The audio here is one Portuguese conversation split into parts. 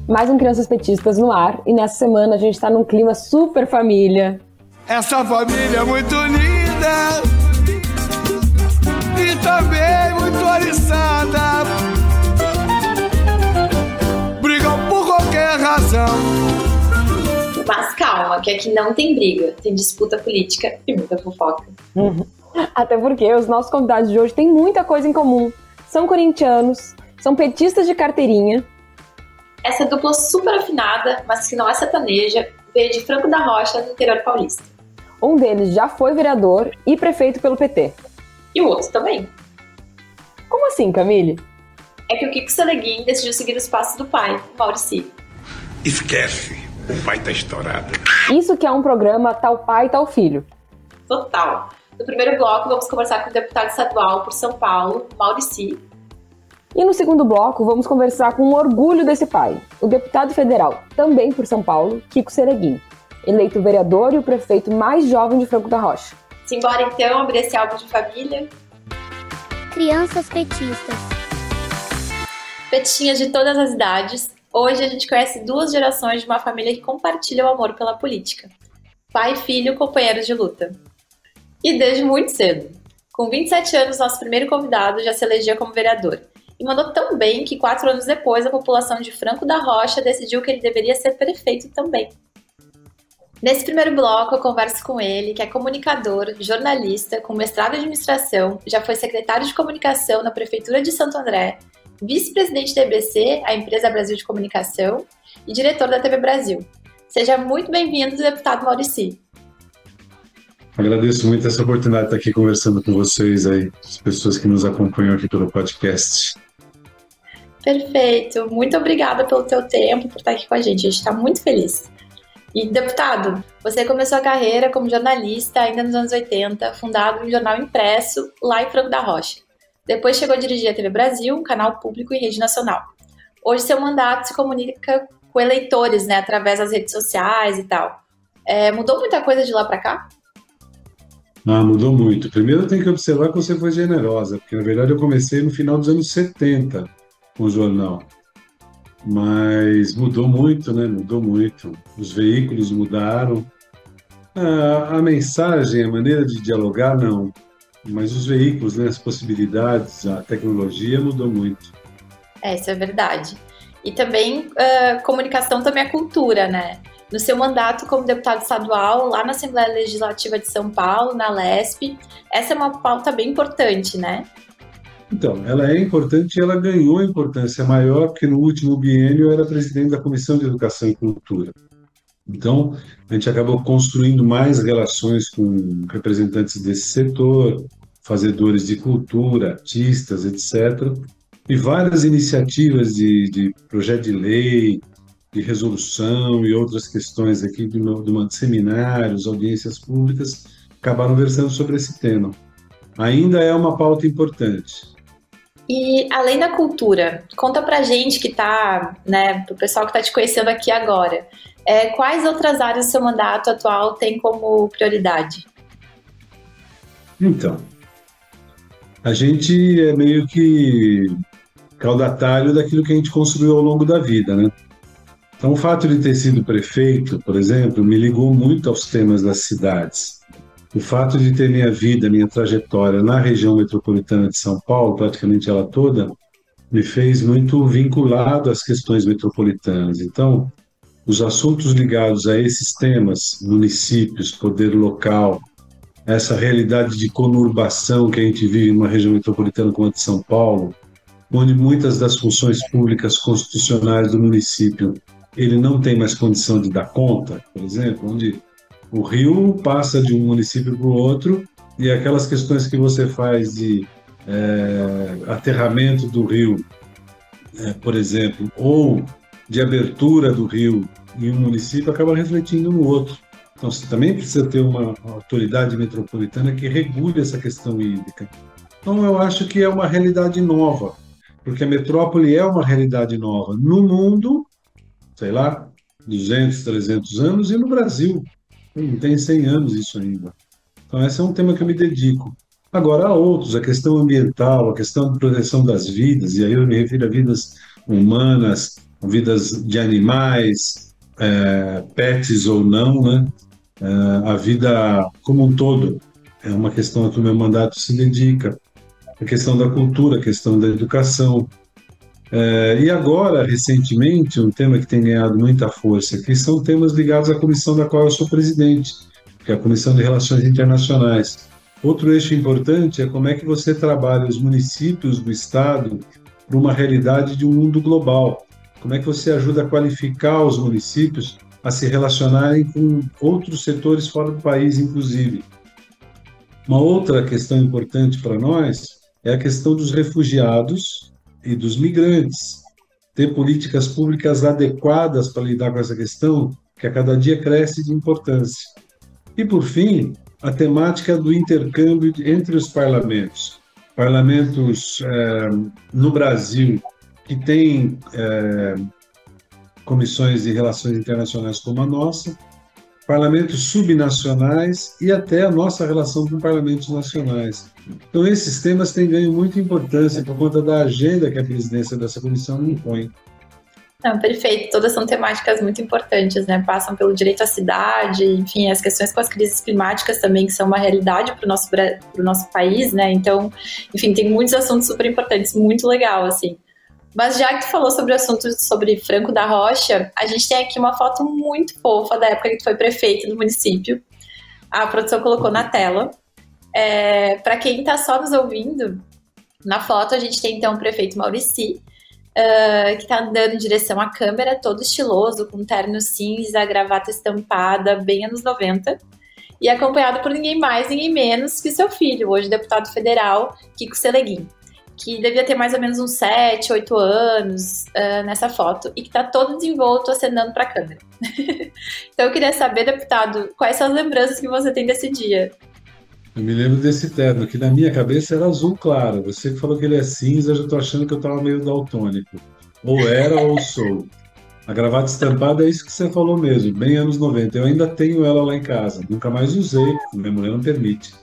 Mais um Crianças Petistas no ar, e nessa semana a gente tá num clima super família. Essa família é muito linda e também muito oriçada. Brigam por qualquer razão. Mas calma, que aqui não tem briga, tem disputa política e muita fofoca. Até porque os nossos convidados de hoje têm muita coisa em comum. São corintianos, são petistas de carteirinha. Essa dupla super afinada, mas que não é sertaneja, veio de Franco da Rocha, no interior paulista. Um deles já foi vereador e prefeito pelo PT. E o outro também. Como assim, Camille? É que o Kiko Seleguin decidiu seguir os passos do pai, o Mauricy. Esquece, o pai tá estourado. Isso que é um programa Tal Pai, Tal Filho. Total. No primeiro bloco, vamos conversar com o deputado estadual por São Paulo, Mauricy. E no segundo bloco, vamos conversar com o orgulho desse pai, o deputado federal, também por São Paulo, Kiko Seleguin, eleito vereador e o prefeito mais jovem de Franco da Rocha. Simbora então abrir esse álbum de família. Crianças petistas. Petinhas de todas as idades, hoje a gente conhece duas gerações de uma família que compartilha o amor pela política. Pai e filho, companheiros de luta. E desde muito cedo. Com 27 anos, nosso primeiro convidado já se elegia como vereador. E mandou tão bem que 4 anos depois a população de Franco da Rocha decidiu que ele deveria ser prefeito também. Nesse primeiro bloco eu converso com ele, que é comunicador, jornalista, com mestrado em administração, já foi secretário de comunicação na Prefeitura de Santo André, vice-presidente da EBC, a Empresa Brasil de Comunicação, e diretor da TV Brasil. Seja muito bem-vindo, deputado Mauricy. Agradeço muito essa oportunidade de estar aqui conversando com vocês aí, as pessoas que nos acompanham aqui pelo podcast. Perfeito, muito obrigada pelo teu tempo, por estar aqui com a gente está muito feliz. E, deputado, você começou a carreira como jornalista ainda nos anos 80, fundado um jornal impresso lá em Franco da Rocha. Depois chegou a dirigir a TV Brasil, um canal público e rede nacional. Hoje seu mandato se comunica com eleitores, né, através das redes sociais e tal. Mudou muita coisa de lá para cá? Mudou muito. Primeiro eu tenho que observar que você foi generosa, porque na verdade eu comecei no final dos anos 70 com o jornal. Mas mudou muito, né? Mudou muito. Os veículos mudaram. A mensagem, a maneira de dialogar, não. Mas os veículos, né, as possibilidades, a tecnologia mudou muito. Isso é verdade. E também, comunicação também é cultura, né? No seu mandato como deputado estadual, lá na Assembleia Legislativa de São Paulo, na LESP, essa é uma pauta bem importante, né? Então, ela é importante e ela ganhou importância maior porque no último biênio eu era presidente da Comissão de Educação e Cultura. Então, a gente acabou construindo mais relações com representantes desse setor, fazedores de cultura, artistas, etc. E várias iniciativas de projeto de lei, de resolução e outras questões aqui de seminários, audiências públicas, acabaram versando sobre esse tema. Ainda é uma pauta importante. E além da cultura, conta pra gente que tá, né, pro pessoal que tá te conhecendo aqui agora, quais outras áreas do seu mandato atual tem como prioridade? Então, a gente é meio que caudatário daquilo que a gente construiu ao longo da vida, né? Então, o fato de ter sido prefeito, por exemplo, me ligou muito aos temas das cidades. O fato de ter minha vida, minha trajetória na região metropolitana de São Paulo, praticamente ela toda, me fez muito vinculado às questões metropolitanas. Então, os assuntos ligados a esses temas, municípios, poder local, essa realidade de conurbação que a gente vive numa região metropolitana como a de São Paulo, onde muitas das funções públicas constitucionais do município ele não tem mais condição de dar conta, por exemplo, onde o rio passa de um município para o outro e aquelas questões que você faz de aterramento do rio, por exemplo, ou de abertura do rio em um município, acaba refletindo no outro. Então, você também precisa ter uma autoridade metropolitana que regule essa questão hídrica. Então, eu acho que é uma realidade nova, porque a metrópole é uma realidade nova no mundo, sei lá, 200, 300 anos, e no Brasil. Não tem 100 anos isso ainda. Então, esse é um tema que eu me dedico. Agora, há outros, a questão ambiental, a questão de proteção das vidas, e aí eu me refiro a vidas humanas, vidas de animais, pets ou não, né? A vida como um todo é uma questão a que o meu mandato se dedica. A questão da cultura, a questão da educação. E agora, recentemente, um tema que tem ganhado muita força aqui são temas ligados à comissão da qual eu sou presidente, que é a Comissão de Relações Internacionais. Outro eixo importante é como é que você trabalha os municípios do Estado para uma realidade de um mundo global. Como é que você ajuda a qualificar os municípios a se relacionarem com outros setores fora do país, inclusive. Uma outra questão importante para nós é a questão dos refugiados e dos migrantes. Ter políticas públicas adequadas para lidar com essa questão, que a cada dia cresce de importância. E, por fim, a temática do intercâmbio entre os parlamentos. Parlamentos no Brasil que têm comissões de relações internacionais como a nossa, parlamentos subnacionais e até a nossa relação com parlamentos nacionais. Então, esses temas têm ganho muita importância por conta da agenda que a presidência dessa comissão impõe. Não, perfeito. Todas são temáticas muito importantes, né? Passam pelo direito à cidade, enfim, as questões com as crises climáticas também, que são uma realidade para o nosso país, né? Então, enfim, tem muitos assuntos super importantes, muito legal, assim. Mas já que tu falou sobre o assunto sobre Franco da Rocha, a gente tem aqui uma foto muito fofa da época que tu foi prefeito do município. A produção colocou na tela. Para quem está só nos ouvindo, na foto a gente tem então o prefeito Maurici, que está andando em direção à câmera, todo estiloso, com terno cinza, gravata estampada, bem anos 90, e acompanhado por ninguém mais, ninguém menos que seu filho, hoje deputado federal, Kiko Seleguin, que devia ter mais ou menos uns 7, 8 anos nessa foto, e que está todo desenvolto acenando para a câmera. Então eu queria saber, deputado, quais são as lembranças que você tem desse dia? Eu me lembro desse terno, que na minha cabeça era azul claro. Você que falou que ele é cinza, eu já estou achando que eu estava meio daltônico. Ou era ou sou. A gravata estampada é isso que você falou mesmo, bem anos 90. Eu ainda tenho ela lá em casa, nunca mais usei, minha mulher não permite.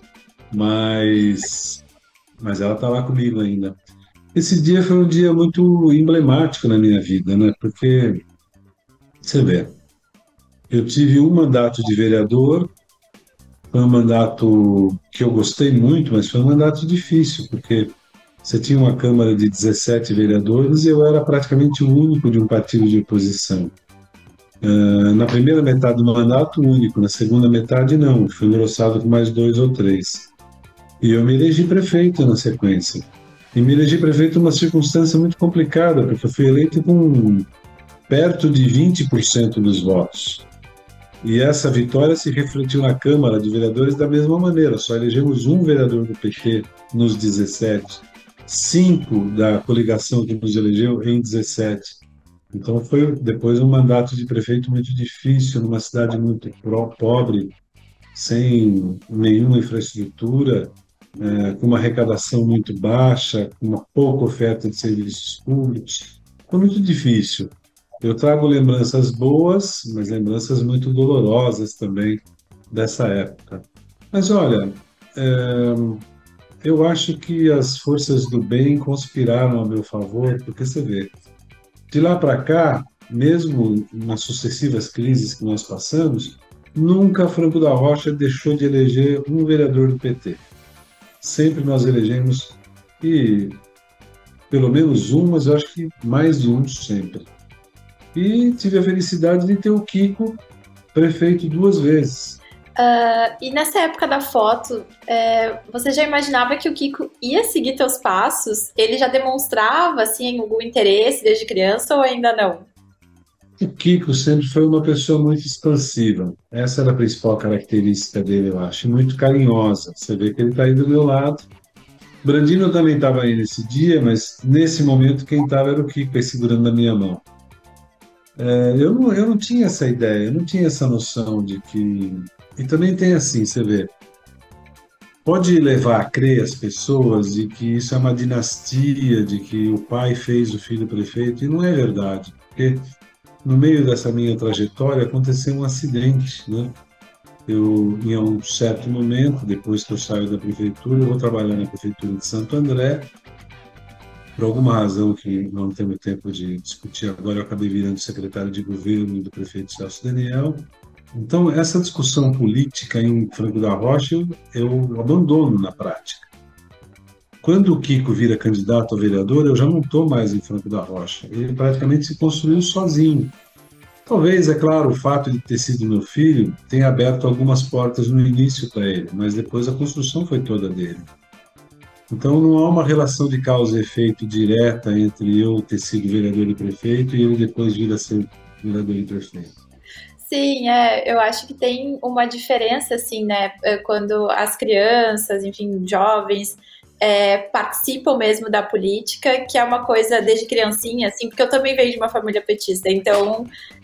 Mas ela está lá comigo ainda. Esse dia foi um dia muito emblemático na minha vida, né? Porque, você vê, eu tive um mandato de vereador. Foi um mandato que eu gostei muito, mas foi um mandato difícil, porque você tinha uma Câmara de 17 vereadores e eu era praticamente o único de um partido de oposição. Na primeira metade do mandato, único. Na segunda metade, não. Fui engrossado com mais 2 ou 3. E eu me elegi prefeito na sequência. E me elegi prefeito numa circunstância muito complicada, porque eu fui eleito com perto de 20% dos votos. E essa vitória se refletiu na Câmara de Vereadores da mesma maneira. Só elegemos um vereador do PT nos 17, 5 da coligação que nos elegeu em 17. Então foi depois um mandato de prefeito muito difícil, numa cidade muito pobre, sem nenhuma infraestrutura, com uma arrecadação muito baixa, com uma pouca oferta de serviços públicos. Foi muito difícil. Eu trago lembranças boas, mas lembranças muito dolorosas também dessa época. Mas olha, eu acho que as forças do bem conspiraram a meu favor, porque você vê, de lá para cá, mesmo nas sucessivas crises que nós passamos, nunca Franco da Rocha deixou de eleger um vereador do PT. Sempre nós elegemos, e pelo menos um, mas eu acho que mais de um sempre. E tive a felicidade de ter o Kiko prefeito 2 vezes. E nessa época da foto, você já imaginava que o Kiko ia seguir teus passos? Ele já demonstrava assim, algum interesse desde criança ou ainda não? O Kiko sempre foi uma pessoa muito expansiva. Essa era a principal característica dele, eu acho. Muito carinhosa. Você vê que ele está aí do meu lado. Brandino também estava aí nesse dia, mas nesse momento quem estava era o Kiko aí segurando a minha mão. Eu não tinha essa ideia, eu não tinha essa noção de que... E também tem assim, você vê, pode levar a crer as pessoas de que isso é uma dinastia, de que o pai fez o filho prefeito, e não é verdade, porque no meio dessa minha trajetória aconteceu um acidente, né? Eu, em um certo momento, depois que eu saio da prefeitura, eu vou trabalhar na prefeitura de Santo André, por alguma razão que não temos tempo de discutir agora, eu acabei virando secretário de governo do prefeito Celso Daniel. Então, essa discussão política em Franco da Rocha, eu abandono na prática. Quando o Kiko vira candidato a vereador, eu já não estou mais em Franco da Rocha. Ele praticamente se construiu sozinho. Talvez, é claro, o fato de ter sido meu filho tenha aberto algumas portas no início para ele, mas depois a construção foi toda dele. Então, não há uma relação de causa e efeito direta entre eu ter sido vereador e prefeito e ele depois vir a ser vereador e prefeito. Sim, eu acho que tem uma diferença, assim, né, quando as crianças, enfim, jovens, participam mesmo da política, que é uma coisa desde criancinha, assim, porque eu também venho de uma família petista, então,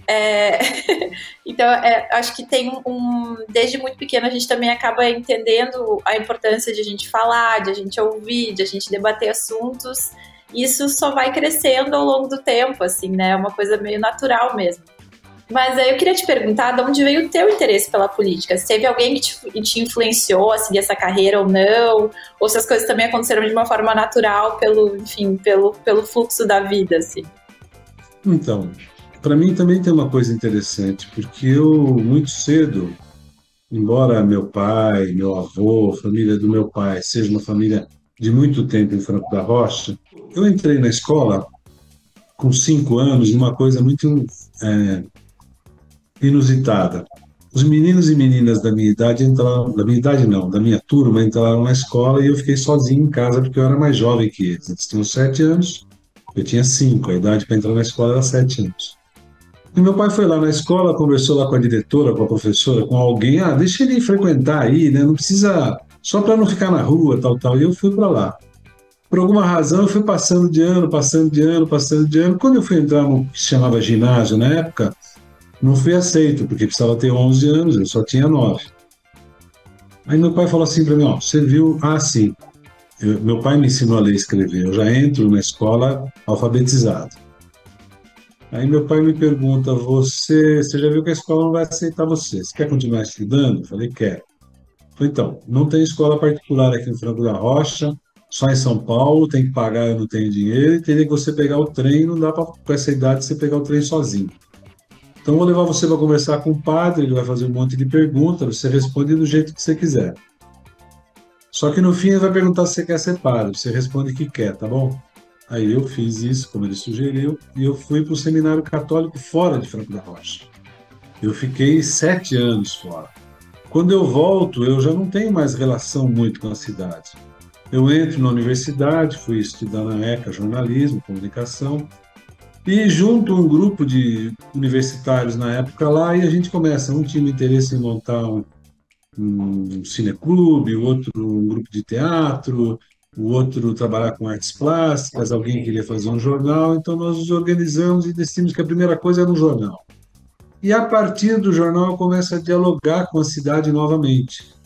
acho que tem desde muito pequeno a gente também acaba entendendo a importância de a gente falar, de a gente ouvir, de a gente debater assuntos, isso só vai crescendo ao longo do tempo, assim, né, é uma coisa meio natural mesmo. Mas aí eu queria te perguntar de onde veio o teu interesse pela política? Se teve alguém que te influenciou a seguir essa carreira ou não? Ou se as coisas também aconteceram de uma forma natural pelo fluxo da vida, assim? Então, para mim também tem uma coisa interessante, porque eu, muito cedo, embora meu pai, meu avô, a família do meu pai seja uma família de muito tempo em Franco da Rocha, eu entrei na escola com 5 anos, uma coisa muito inusitada. Os meninos e meninas da minha idade entraram, da minha idade não, da minha turma, entraram na escola e eu fiquei sozinho em casa porque eu era mais jovem que eles. Eles tinham 7 anos, eu tinha 5, a idade para entrar na escola era 7 anos. E meu pai foi lá na escola, conversou lá com a diretora, com a professora, com alguém, deixa ele frequentar aí, né? Não precisa, só para não ficar na rua, tal. E eu fui para lá. Por alguma razão, eu fui passando de ano. Quando eu fui entrar no que se chamava ginásio na época, não fui aceito, porque precisava ter 11 anos, eu só tinha 9. Aí meu pai falou assim para mim, você viu? Sim. Meu pai me ensinou a ler e escrever, eu já entro na escola alfabetizado. Aí meu pai me pergunta, você já viu que a escola não vai aceitar você quer continuar estudando? Eu falei, quero. Eu falei, então, não tem escola particular aqui em Franco da Rocha, só em São Paulo, tem que pagar, eu não tenho dinheiro, e teria que você pegar o trem, não dá para, com essa idade, você pegar o trem sozinho. Então, eu vou levar você para conversar com o padre, ele vai fazer um monte de perguntas, você responde do jeito que você quiser. Só que no fim ele vai perguntar se você quer ser padre, você responde que quer, tá bom? Aí eu fiz isso, como ele sugeriu, e eu fui para o seminário católico fora de Franco da Rocha. Eu fiquei 7 anos fora. Quando eu volto, eu já não tenho mais relação muito com a cidade. Eu entro na universidade, fui estudar na ECA, jornalismo, comunicação, e junto um grupo de universitários na época lá, e a gente começa, um tinha interesse em montar um cineclube, o outro um grupo de teatro, o outro trabalhar com artes plásticas, alguém queria fazer um jornal, então nós nos organizamos e decidimos que a primeira coisa era um jornal. E a partir do jornal eu começo a dialogar com a cidade novamente.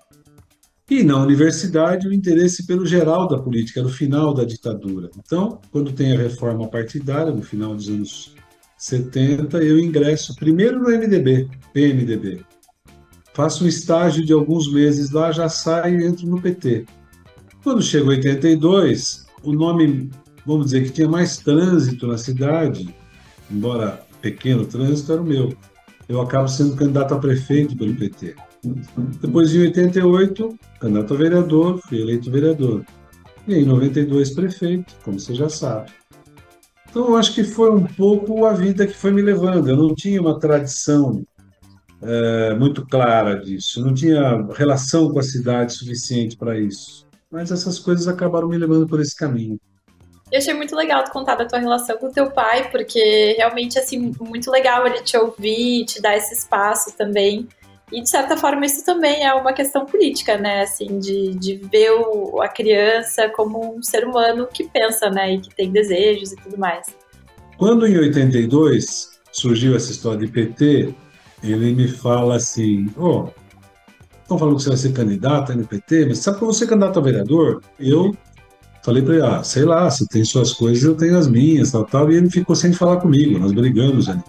E na universidade o interesse pelo geral da política, era o final da ditadura. Então, quando tem a reforma partidária, no final dos anos 70, eu ingresso primeiro no PMDB. Faço um estágio de alguns meses lá, já saio e entro no PT. Quando chega 82, o nome, vamos dizer, que tinha mais trânsito na cidade, embora pequeno trânsito, era o meu. Eu acabo sendo candidato a prefeito pelo PT. Depois, em 88, candidato a vereador, fui eleito vereador. E em 92, prefeito, como você já sabe. Então, eu acho que foi um pouco a vida que foi me levando. Eu não tinha uma tradição muito clara disso. Eu não tinha relação com a cidade suficiente para isso. Mas essas coisas acabaram me levando por esse caminho. Eu achei muito legal tu contar da tua relação com o teu pai, porque realmente, assim, muito legal ele te ouvir, te dar esse espaço também. E, de certa forma, isso também é uma questão política, né? Assim, de ver a criança como um ser humano que pensa, né? E que tem desejos e tudo mais. Quando, em 82, surgiu essa história de PT, ele me fala assim, estão falando que você vai ser candidato no PT, mas sabe que eu vou ser candidato a vereador? Eu falei para ele, sei lá, você tem suas coisas, eu tenho as minhas, tal, e ele ficou sem falar comigo, nós brigamos ali.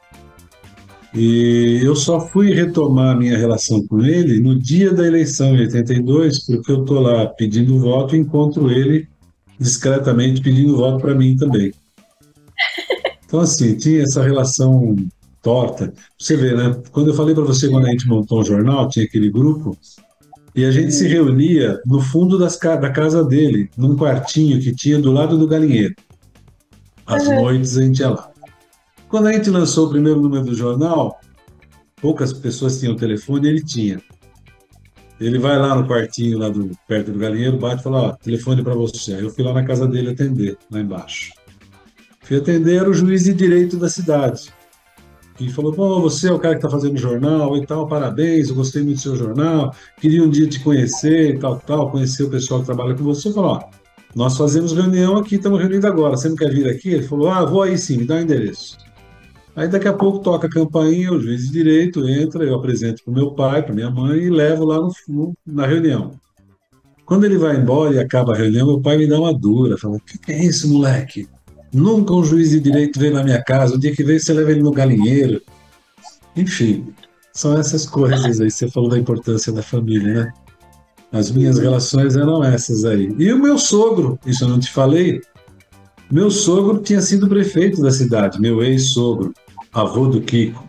E eu só fui retomar a minha relação com ele no dia da eleição, em 82, porque eu estou lá pedindo voto e encontro ele discretamente pedindo voto para mim também. Então, assim, tinha essa relação torta. Você vê, né? Quando eu falei para você, quando a gente montou um jornal, tinha aquele grupo, e a gente se reunia no fundo da casa dele, num quartinho que tinha do lado do galinheiro. Às noites a gente ia lá. Quando a gente lançou o primeiro número do jornal, poucas pessoas tinham telefone, ele tinha. Ele vai lá no quartinho, perto do galinheiro, bate e fala, ó, telefone para você. Aí eu fui lá na casa dele atender, lá embaixo. Fui atender, era o juiz de direito da cidade. E falou, pô, você é o cara que está fazendo jornal e tal, parabéns, eu gostei muito do seu jornal, queria um dia te conhecer e tal, conhecer o pessoal que trabalha com você. Eu falei, ó, nós fazemos reunião aqui, estamos reunidos agora, você não quer vir aqui? Ele falou, vou aí sim, me dá o endereço. Aí daqui a pouco toca a campainha, o juiz de direito entra, eu apresento para o meu pai, para minha mãe e levo lá na reunião. Quando ele vai embora e acaba a reunião, meu pai me dá uma dura, fala, o que é isso, moleque? Nunca um juiz de direito veio na minha casa, o dia que veio você leva ele no galinheiro. Enfim, são essas coisas aí, você falou da importância da família, né? As minhas relações eram essas aí. E o meu sogro, isso eu não te falei, meu sogro tinha sido prefeito da cidade, meu ex-sogro, avô do Kiko.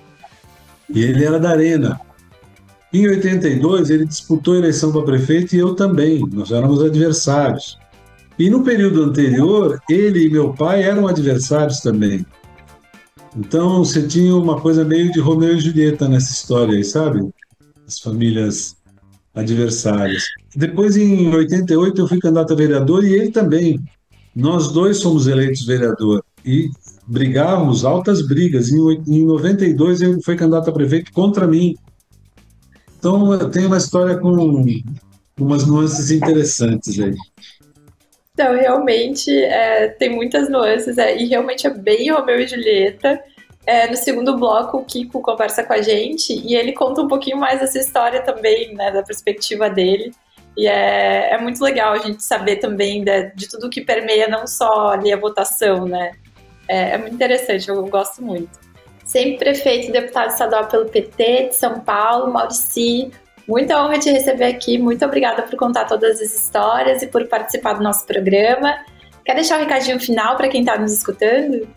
E ele era da Arena. Em 82, ele disputou a eleição para prefeito e eu também, nós éramos adversários. E no período anterior, ele e meu pai eram adversários também. Então, você tinha uma coisa meio de Romeu e Julieta nessa história aí, sabe? As famílias adversárias. Depois, em 88, eu fui candidato a vereador e ele também. Nós dois fomos eleitos vereador e brigávamos, altas brigas. Em 92, ele foi candidato a prefeito contra mim. Então, eu tenho uma história com umas nuances interessantes aí. Então, realmente, tem muitas nuances, e realmente é bem Romeu e Julieta. No segundo bloco, o Kiko conversa com a gente, e ele conta um pouquinho mais dessa história também, né, da perspectiva dele. E é muito legal a gente saber também de tudo que permeia, não só ali a votação, né? É muito interessante, eu gosto muito. Sempre prefeito e deputado estadual pelo PT de São Paulo, Maurici. Muita honra te receber aqui, muito obrigada por contar todas as histórias e por participar do nosso programa. Quer deixar um recadinho final para quem está nos escutando?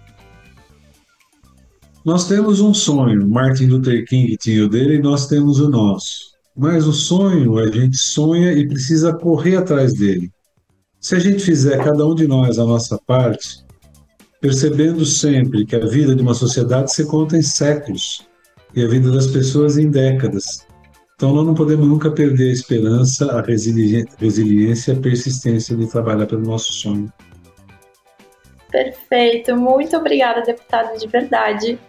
Nós temos um sonho, Martin Luther King tinha o dele e nós temos o nosso. Mas o sonho, a gente sonha e precisa correr atrás dele. Se a gente fizer, cada um de nós, a nossa parte, percebendo sempre que a vida de uma sociedade se conta em séculos e a vida das pessoas em décadas. Então, nós não podemos nunca perder a esperança, a resiliência e a persistência de trabalhar pelo nosso sonho. Perfeito. Muito obrigada, deputado, de verdade.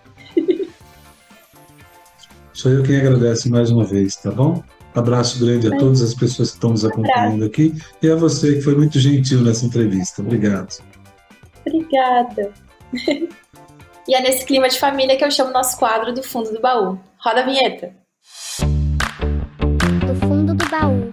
Sou eu quem agradece mais uma vez, tá bom? Abraço grande a todas as pessoas que estão nos acompanhando aqui e a você que foi muito gentil nessa entrevista. Obrigado. Obrigada. E é nesse clima de família que eu chamo nosso quadro do Fundo do Baú. Roda a vinheta. Fundo do baú.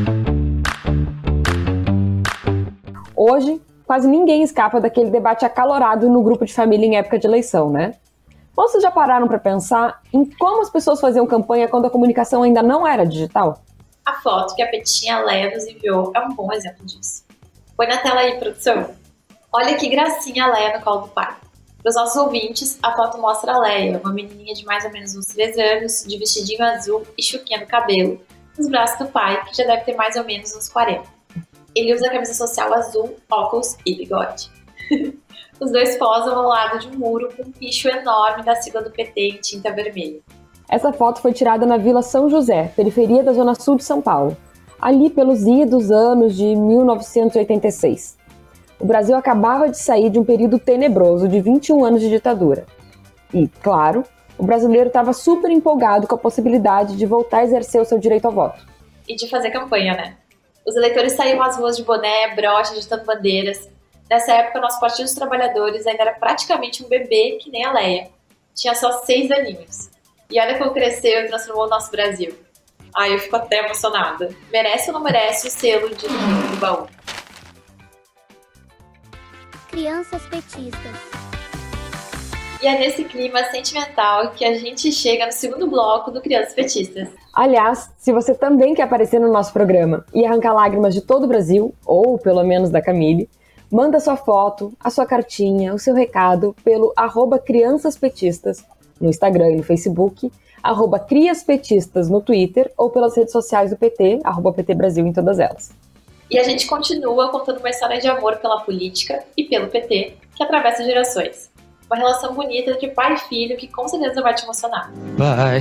Hoje, quase ninguém escapa daquele debate acalorado no grupo de família em época de eleição, né? Vocês já pararam para pensar em como as pessoas faziam campanha quando a comunicação ainda não era digital? A foto que a Petinha Leia nos enviou é um bom exemplo disso. Põe na tela aí, produção. Olha que gracinha a Leia no colo do pai. Para os nossos ouvintes, a foto mostra a Leia, uma menininha de mais ou menos uns 3 anos, de vestidinho azul e chuquinha no cabelo, nos braços do pai, que já deve ter mais ou menos uns 40. Ele usa camisa social azul, óculos e bigode. Os dois posam ao lado de um muro com um picho enorme da sigla do PT em tinta vermelha. Essa foto foi tirada na Vila São José, periferia da Zona Sul de São Paulo, ali pelos idos anos de 1986. O Brasil acabava de sair de um período tenebroso de 21 anos de ditadura. E, claro, o brasileiro estava super empolgado com a possibilidade de voltar a exercer o seu direito ao voto. E de fazer campanha, né? Os eleitores saíam às ruas de boné, brocha, agitando bandeiras. Nessa época, nosso Partido dos Trabalhadores ainda era praticamente um bebê que nem a Leia. Tinha só 6 aninhos. E olha como cresceu e transformou o nosso Brasil. Ai, eu fico até emocionada. Merece ou não merece o selo de Fundo do Baú? Crianças petistas. E é nesse clima sentimental que a gente chega no segundo bloco do Crianças Petistas. Aliás, se você também quer aparecer no nosso programa e arrancar lágrimas de todo o Brasil, ou pelo menos da Camille, manda sua foto, a sua cartinha, o seu recado pelo @criançaspetistas no Instagram e no Facebook, @criaspetistas no Twitter ou pelas redes sociais do PT, @PT Brasil em todas elas. E a gente continua contando uma história de amor pela política e pelo PT que atravessa gerações. Uma relação bonita entre pai e filho que com certeza vai te emocionar. Pai.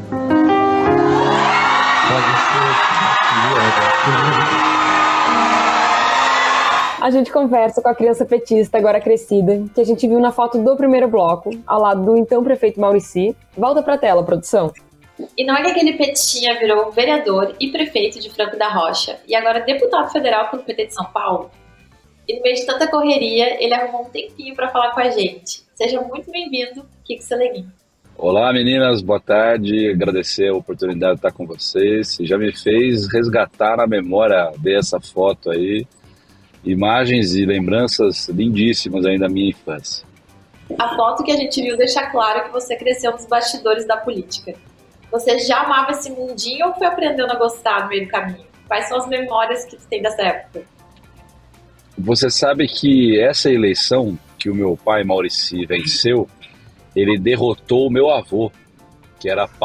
A gente conversa com a criança petista, agora crescida, que a gente viu na foto do primeiro bloco, ao lado do então prefeito Maurici. Volta pra tela, produção. E não é que aquele petinha virou vereador e prefeito de Franco da Rocha e agora deputado federal pelo PT de São Paulo? E no meio de tanta correria, ele arrumou um tempinho para falar com a gente. Seja muito bem-vindo, Kiko Seleguin. Olá, meninas, boa tarde. Agradecer a oportunidade de estar com vocês. Já me fez resgatar na memória dessa foto aí. Imagens e lembranças lindíssimas aí da minha infância. A foto que a gente viu deixa claro que você cresceu nos bastidores da política. Você já amava esse mundinho ou foi aprendendo a gostar no meio do caminho? Quais são as memórias que você tem dessa época? Você sabe que essa eleição que o meu pai, Maurici, venceu, ele derrotou o meu avô, que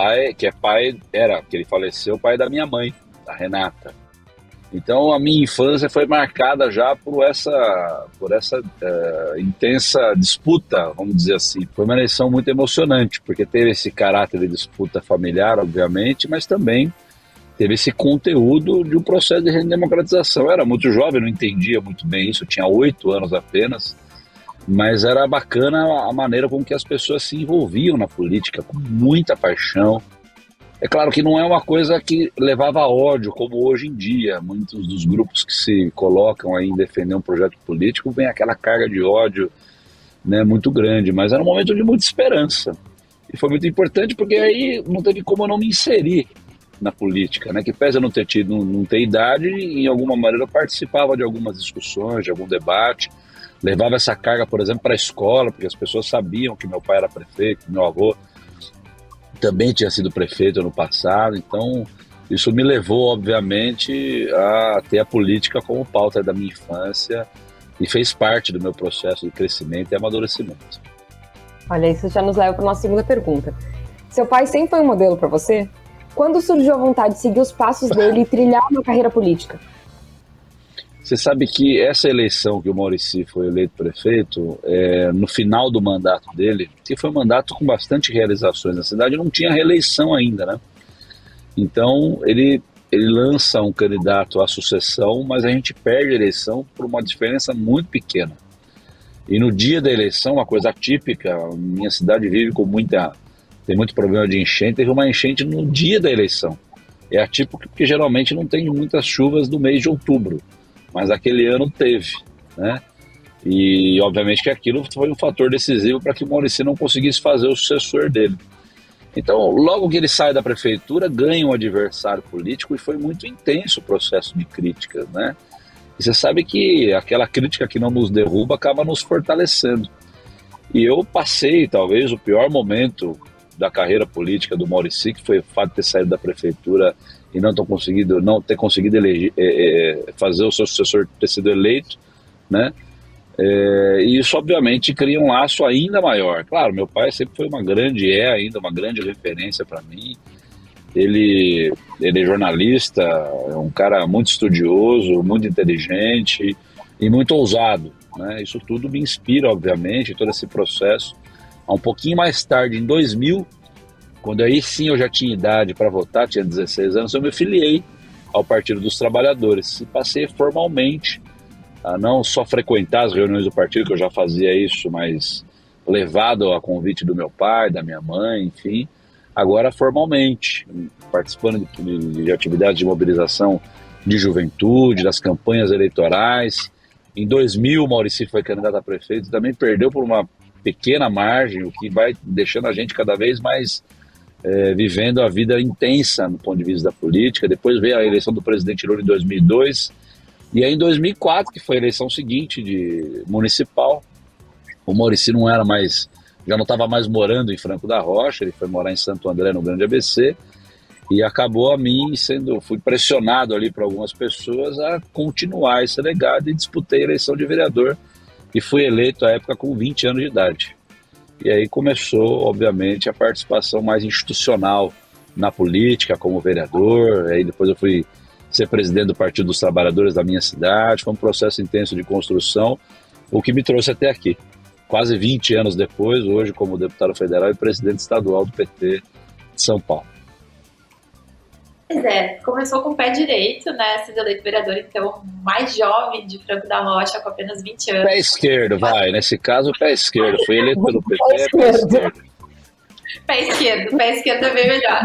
ele faleceu, pai da minha mãe, da Renata. Então a minha infância foi marcada já por essa intensa disputa, vamos dizer assim. Foi uma eleição muito emocionante, porque teve esse caráter de disputa familiar, obviamente, mas também teve esse conteúdo de um processo de redemocratização. Eu era muito jovem, não entendia muito bem isso, eu tinha 8 anos apenas, mas era bacana a maneira com que as pessoas se envolviam na política, com muita paixão. É claro que não é uma coisa que levava a ódio, como hoje em dia. Muitos dos grupos que se colocam aí em defender um projeto político vem aquela carga de ódio, né, muito grande, mas era um momento de muita esperança. E foi muito importante porque aí não teve como eu não me inserir na política, né? Que pese eu não ter idade, em alguma maneira eu participava de algumas discussões, de algum debate, levava essa carga, por exemplo, para a escola, porque as pessoas sabiam que meu pai era prefeito, que meu avô também tinha sido prefeito no passado, então isso me levou, obviamente, a ter a política como pauta da minha infância e fez parte do meu processo de crescimento e amadurecimento. Olha, isso já nos leva para a nossa segunda pergunta. Seu pai sempre foi um modelo para você? Quando surgiu a vontade de seguir os passos dele e trilhar uma carreira política? Você sabe que essa eleição que o Maurici foi eleito prefeito, no final do mandato dele, que foi um mandato com bastante realizações na cidade, não tinha reeleição ainda, né? Então ele lança um candidato à sucessão, mas a gente perde a eleição por uma diferença muito pequena. E no dia da eleição, uma coisa atípica, minha cidade vive tem muito problema de enchente, teve uma enchente no dia da eleição. É atípico porque geralmente não tem muitas chuvas no mês de outubro, mas aquele ano teve, né? E obviamente que aquilo foi um fator decisivo para que o Maurici não conseguisse fazer o sucessor dele. Então, logo que ele sai da prefeitura, ganha um adversário político e foi muito intenso o processo de críticas, né? E você sabe que aquela crítica que não nos derruba acaba nos fortalecendo. E eu passei, talvez, o pior momento da carreira política do Maurici, que foi o fato de ter saído da prefeitura e não ter conseguido fazer o seu sucessor ter sido eleito, né? E isso obviamente cria um laço ainda maior. Claro, meu pai sempre foi ainda uma grande referência para mim. Ele é jornalista, é um cara muito estudioso, muito inteligente e muito ousado, né? Isso tudo me inspira, obviamente, todo esse processo. Um pouquinho mais tarde, em 2000, quando aí sim eu já tinha idade para votar, tinha 16 anos, eu me filiei ao Partido dos Trabalhadores e passei formalmente a não só frequentar as reuniões do partido, que eu já fazia isso, mas levado a convite do meu pai, da minha mãe, enfim, agora formalmente, participando de atividades de mobilização de juventude, das campanhas eleitorais. Em 2000, o Maurici foi candidato a prefeito e também perdeu por uma pequena margem, o que vai deixando a gente cada vez mais vivendo a vida intensa no ponto de vista da política. Depois veio a eleição do presidente Lula em 2002, e aí em 2004, que foi a eleição seguinte de municipal, o Maurici não era mais já não estava mais morando em Franco da Rocha, ele foi morar em Santo André, no Grande ABC, e acabou a mim fui pressionado ali por algumas pessoas a continuar esse legado e disputei a eleição de vereador e fui eleito à época com 20 anos de idade. E aí começou, obviamente, a participação mais institucional na política como vereador, aí depois eu fui ser presidente do Partido dos Trabalhadores da minha cidade, foi um processo intenso de construção, o que me trouxe até aqui. Quase 20 anos depois, hoje como deputado federal e presidente estadual do PT de São Paulo. Pois é, começou com o pé direito, né, sendo eleito vereador, então, mais jovem de Franco da Rocha, com apenas 20 anos. Pé esquerdo, nesse caso, pé esquerdo, fui eleito pelo PT, pé esquerdo. Pé esquerdo é bem melhor.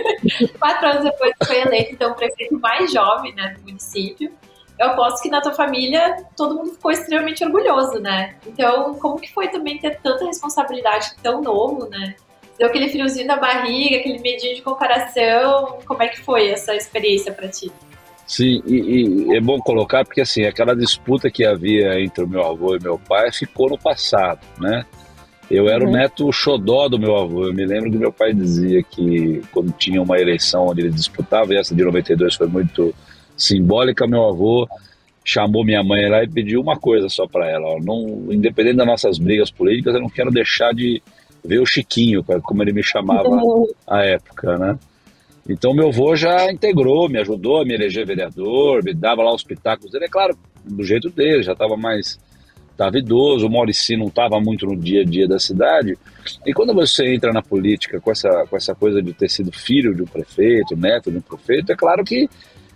4 anos depois foi eleito, então, o prefeito mais jovem, né, do município. Eu aposto que na tua família todo mundo ficou extremamente orgulhoso, né? Então, como que foi também ter tanta responsabilidade tão novo, né? Deu aquele friozinho na barriga, aquele medinho de comparação. Como é que foi essa experiência para ti? Sim, e é bom colocar porque assim, aquela disputa que havia entre o meu avô e meu pai ficou no passado, né? Eu era o neto xodó do meu avô. Eu me lembro que meu pai dizia que quando tinha uma eleição onde ele disputava, e essa de 92 foi muito simbólica, meu avô chamou minha mãe lá e pediu uma coisa só para ela, ó, não, independente das nossas brigas políticas, eu não quero deixar de ver o Chiquinho, como ele me chamava à época, né? Então meu avô já integrou, me ajudou a me eleger vereador, me dava lá os pitacos dele, é claro, do jeito dele, já estava idoso, o Maurici não estava muito no dia a dia da cidade, e quando você entra na política com essa coisa de ter sido filho de um prefeito, neto de um prefeito, é claro que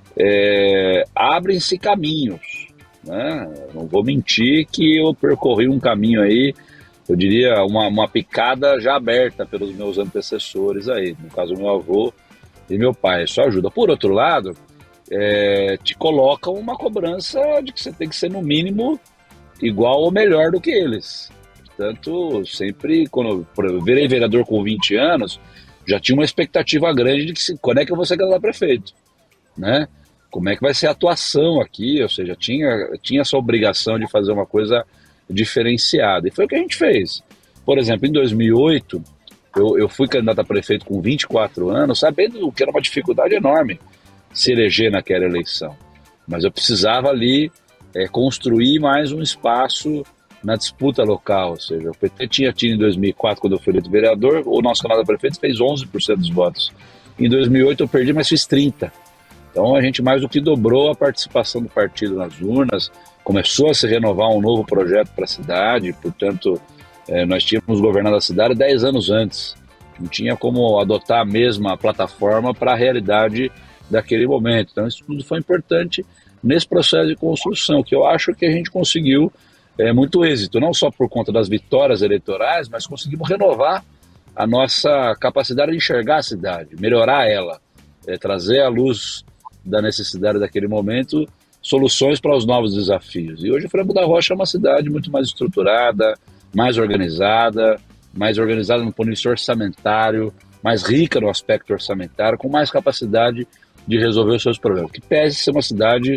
abrem-se caminhos, né? Não vou mentir que eu percorri um caminho aí, eu diria uma picada já aberta pelos meus antecessores aí, no caso meu avô e meu pai, isso ajuda. Por outro lado, te colocam uma cobrança de que você tem que ser no mínimo igual ou melhor do que eles. Portanto, sempre quando eu virei vereador com 20 anos, já tinha uma expectativa grande de que quando é que eu vou ser candidato a prefeito, né? Como é que vai ser a atuação aqui, ou seja, tinha essa obrigação de fazer uma coisa diferenciada, e foi o que a gente fez. Por exemplo, em 2008, eu fui candidato a prefeito com 24 anos, sabendo que era uma dificuldade enorme se eleger naquela eleição, mas eu precisava ali construir mais um espaço na disputa local, ou seja, o PT tinha tido em 2004, quando eu fui eleito vereador, o nosso candidato a prefeito fez 11% dos votos. Em 2008 eu perdi, mas fiz 30%. Então a gente mais do que dobrou a participação do partido nas urnas, começou a se renovar um novo projeto para a cidade, portanto nós tínhamos governado a cidade 10 anos antes, não tinha como adotar a mesma plataforma para a realidade daquele momento. Então isso tudo foi importante nesse processo de construção, que eu acho que a gente conseguiu muito êxito, não só por conta das vitórias eleitorais, mas conseguimos renovar a nossa capacidade de enxergar a cidade, melhorar ela, trazer à luz da necessidade daquele momento soluções para os novos desafios. E hoje Franco da Rocha é uma cidade muito mais estruturada, mais organizada no ponto de vista orçamentário, mais rica no aspecto orçamentário, com mais capacidade de resolver os seus problemas, que pese ser uma cidade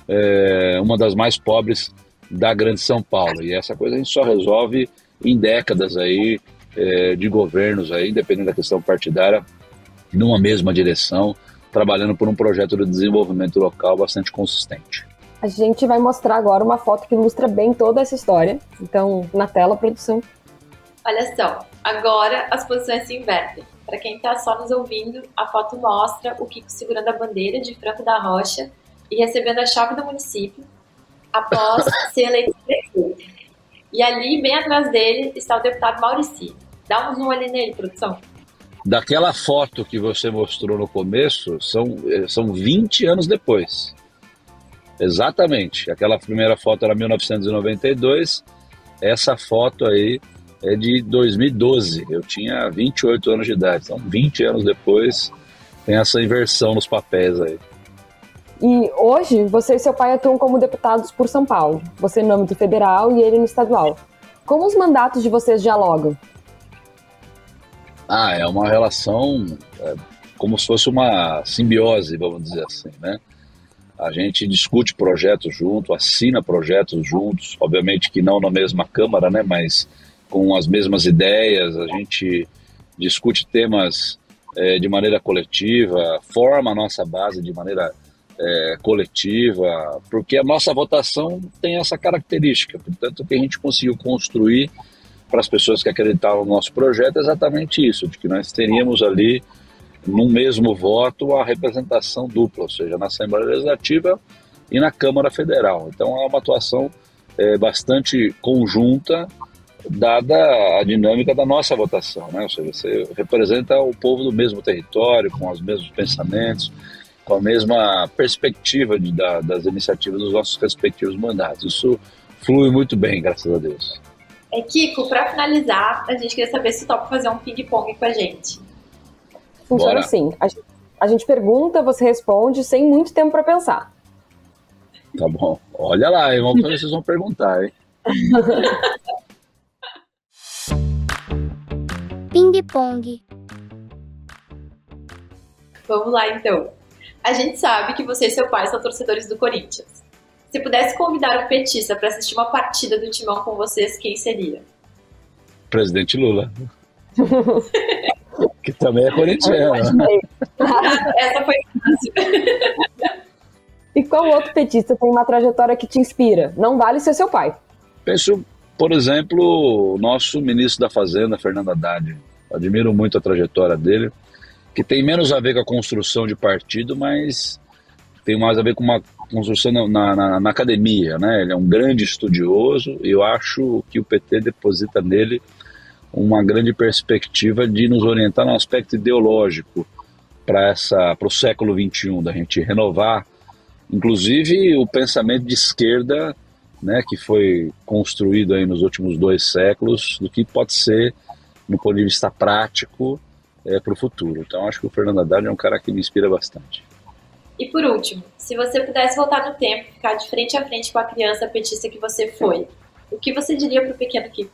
uma das mais pobres da grande São Paulo, e essa coisa a gente só resolve em décadas aí de governos aí, independente da questão partidária, numa mesma direção, trabalhando por um projeto de desenvolvimento local bastante consistente. A gente vai mostrar agora uma foto que ilustra bem toda essa história. Então, na tela, produção. Olha só, agora as posições se invertem. Para quem está só nos ouvindo, a foto mostra o Kiko segurando a bandeira de Franco da Rocha e recebendo a chave do município após ser eleito prefeito. E ali, bem atrás dele, está o deputado Maurici. Dá um zoom ali nele, produção. Daquela foto que você mostrou no começo, são 20 anos depois. Exatamente. Aquela primeira foto era 1992, essa foto aí é de 2012. Eu tinha 28 anos de idade, então 20 anos depois tem essa inversão nos papéis aí. E hoje, você e seu pai atuam como deputados por São Paulo. Você no âmbito federal e ele no estadual. Como os mandatos de vocês dialogam? É uma relação como se fosse uma simbiose, vamos dizer assim, né? A gente discute projetos junto, assina projetos juntos, obviamente que não na mesma Câmara, né? Mas com as mesmas ideias, a gente discute temas de maneira coletiva, forma a nossa base de maneira coletiva, porque a nossa votação tem essa característica. Portanto, o que a gente conseguiu construir para as pessoas que acreditavam no nosso projeto é exatamente isso, de que nós teríamos ali, num mesmo voto, a representação dupla, ou seja, na Assembleia Legislativa e na Câmara Federal. Então é uma atuação bastante conjunta, dada a dinâmica da nossa votação, né? Ou seja, você representa o povo do mesmo território, com os mesmos pensamentos, com a mesma perspectiva das iniciativas dos nossos respectivos mandatos. Isso flui muito bem, graças a Deus. Kiko, para finalizar, a gente queria saber se topa fazer um ping-pong com a gente. Funciona assim, a gente pergunta, você responde sem muito tempo para pensar. Tá bom. Olha lá, hein? Vamos ver se vocês vão perguntar, hein? Ping-pong. Vamos lá, então. A gente sabe que você e seu pai são torcedores do Corinthians. Se pudesse convidar um petista para assistir uma partida do Timão com vocês, quem seria? Presidente Lula. Que também é corintiano. Essa foi fácil. E qual outro petista tem uma trajetória que te inspira? Não vale ser seu pai. Penso, por exemplo, o nosso ministro da Fazenda, Fernando Haddad. Admiro muito a trajetória dele, que tem menos a ver com a construção de partido, mas tem mais a ver com uma construção na academia, né? Ele é um grande estudioso e eu acho que o PT deposita nele uma grande perspectiva de nos orientar no aspecto ideológico para o século XXI, da gente renovar, inclusive, o pensamento de esquerda, né, que foi construído aí nos últimos 2 séculos, do que pode ser, no ponto de vista prático, para o futuro. Então, acho que o Fernando Haddad é um cara que me inspira bastante. E por último, se você pudesse voltar no tempo e ficar de frente a frente com a criança petista que você foi, o que você diria para o pequeno Kiko?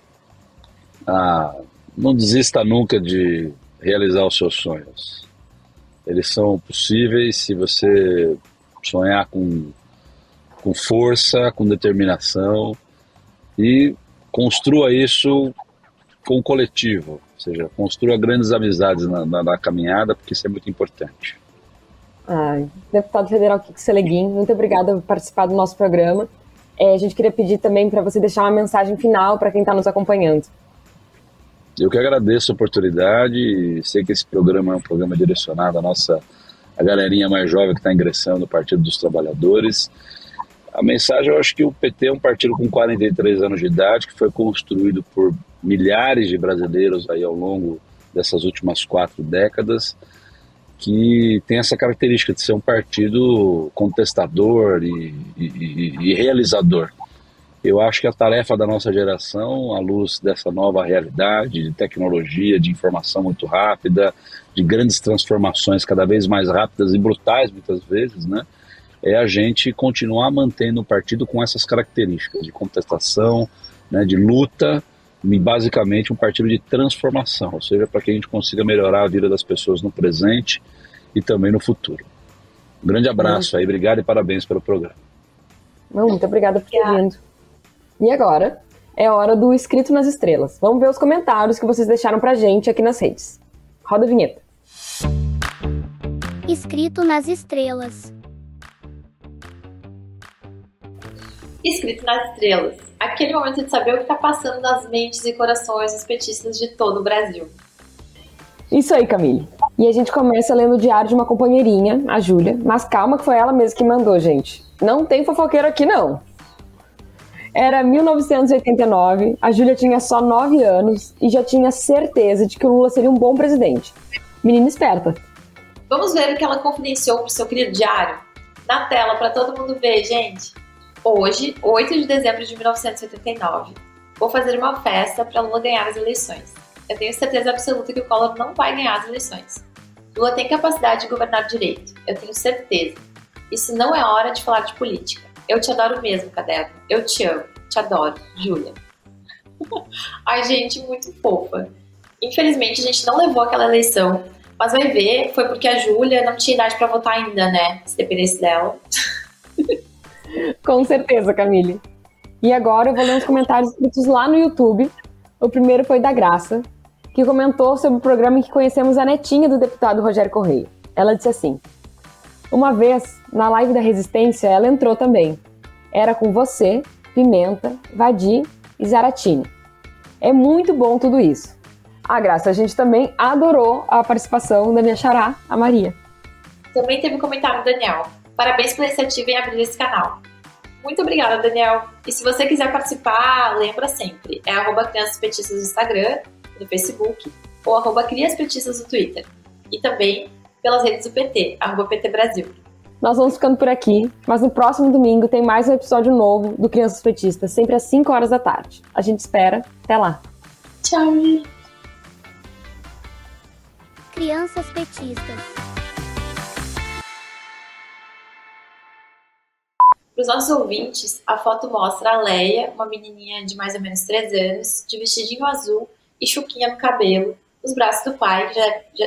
Não desista nunca de realizar os seus sonhos. Eles são possíveis se você sonhar com força, com determinação e construa isso com o coletivo, ou seja, construa grandes amizades na caminhada, porque isso é muito importante. Deputado federal Kiko Seleguin, muito obrigada por participar do nosso programa. A gente queria pedir também para você deixar uma mensagem final para quem está nos acompanhando. Eu que agradeço a oportunidade e sei que esse programa é um programa direcionado à galerinha mais jovem que está ingressando no Partido dos Trabalhadores. A mensagem, eu acho que o PT é um partido com 43 anos de idade, que foi construído por milhares de brasileiros aí ao longo dessas últimas 4 décadas, que tem essa característica de ser um partido contestador e realizador. Eu acho que a tarefa da nossa geração, à luz dessa nova realidade de tecnologia, de informação muito rápida, de grandes transformações cada vez mais rápidas e brutais muitas vezes, né, é a gente continuar mantendo o partido com essas características de contestação, né, de luta, e basicamente um partido de transformação, ou seja, para que a gente consiga melhorar a vida das pessoas no presente e também no futuro. Um grande abraço aí, obrigado e parabéns pelo programa. Muito obrigada por ter vindo. E agora é hora do Escrito nas Estrelas. Vamos ver os comentários que vocês deixaram pra gente aqui nas redes. Roda a vinheta. Escrito nas Estrelas. Escrito nas Estrelas. Aquele momento de saber o que está passando nas mentes e corações dos petistas de todo o Brasil. Isso aí, Camille. E a gente começa lendo o diário de uma companheirinha, a Júlia. Mas calma que foi ela mesma que mandou, gente. Não tem fofoqueiro aqui, não. Era 1989, a Júlia tinha só 9 anos e já tinha certeza de que o Lula seria um bom presidente. Menina esperta. Vamos ver o que ela confidenciou pro seu querido diário? Na tela, para todo mundo ver, gente. Hoje, 8 de dezembro de 1989, vou fazer uma festa para Lula ganhar as eleições. Eu tenho certeza absoluta que o Collor não vai ganhar as eleições. Lula tem capacidade de governar direito, eu tenho certeza. Isso não é hora de falar de política. Eu te adoro mesmo, caderno. Eu te amo, te adoro, Júlia. Ai, gente, muito fofa. Infelizmente, a gente não levou aquela eleição, mas vai ver, foi porque a Júlia não tinha idade para votar ainda, né? Se dependesse dela. Com certeza, Camille. E agora eu vou ler uns comentários escritos lá no YouTube O primeiro foi da Graça, que comentou sobre o programa em que conhecemos a netinha do deputado Rogério Correia. Ela disse assim: uma vez, na live da Resistência, ela entrou também. Era com você, Pimenta, Vadi e Zaratini. É muito bom tudo isso. Graça, a gente também adorou a participação da minha xará, a Maria. Também teve um comentário do Daniel. Parabéns pela iniciativa em abrir esse canal. Muito obrigada, Daniel. E se você quiser participar, lembra sempre, é @criançaspetistas no Instagram, no Facebook, ou @criaspetistas no Twitter. E também pelas redes do PT, @PT Brasil. Nós vamos ficando por aqui, mas no próximo domingo tem mais um episódio novo do Crianças Petistas, sempre às 5 horas da tarde. A gente espera. Até lá. Tchau. Crianças Petistas. Para os nossos ouvintes, a foto mostra a Leia, uma menininha de mais ou menos 3 anos, de vestidinho azul e chuquinha no cabelo, nos braços do pai, que já...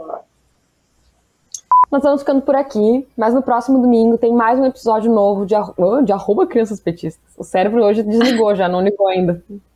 Nós vamos ficando por aqui, mas no próximo domingo tem mais um episódio novo de Crianças Petistas. O cérebro hoje desligou já, não ligou ainda.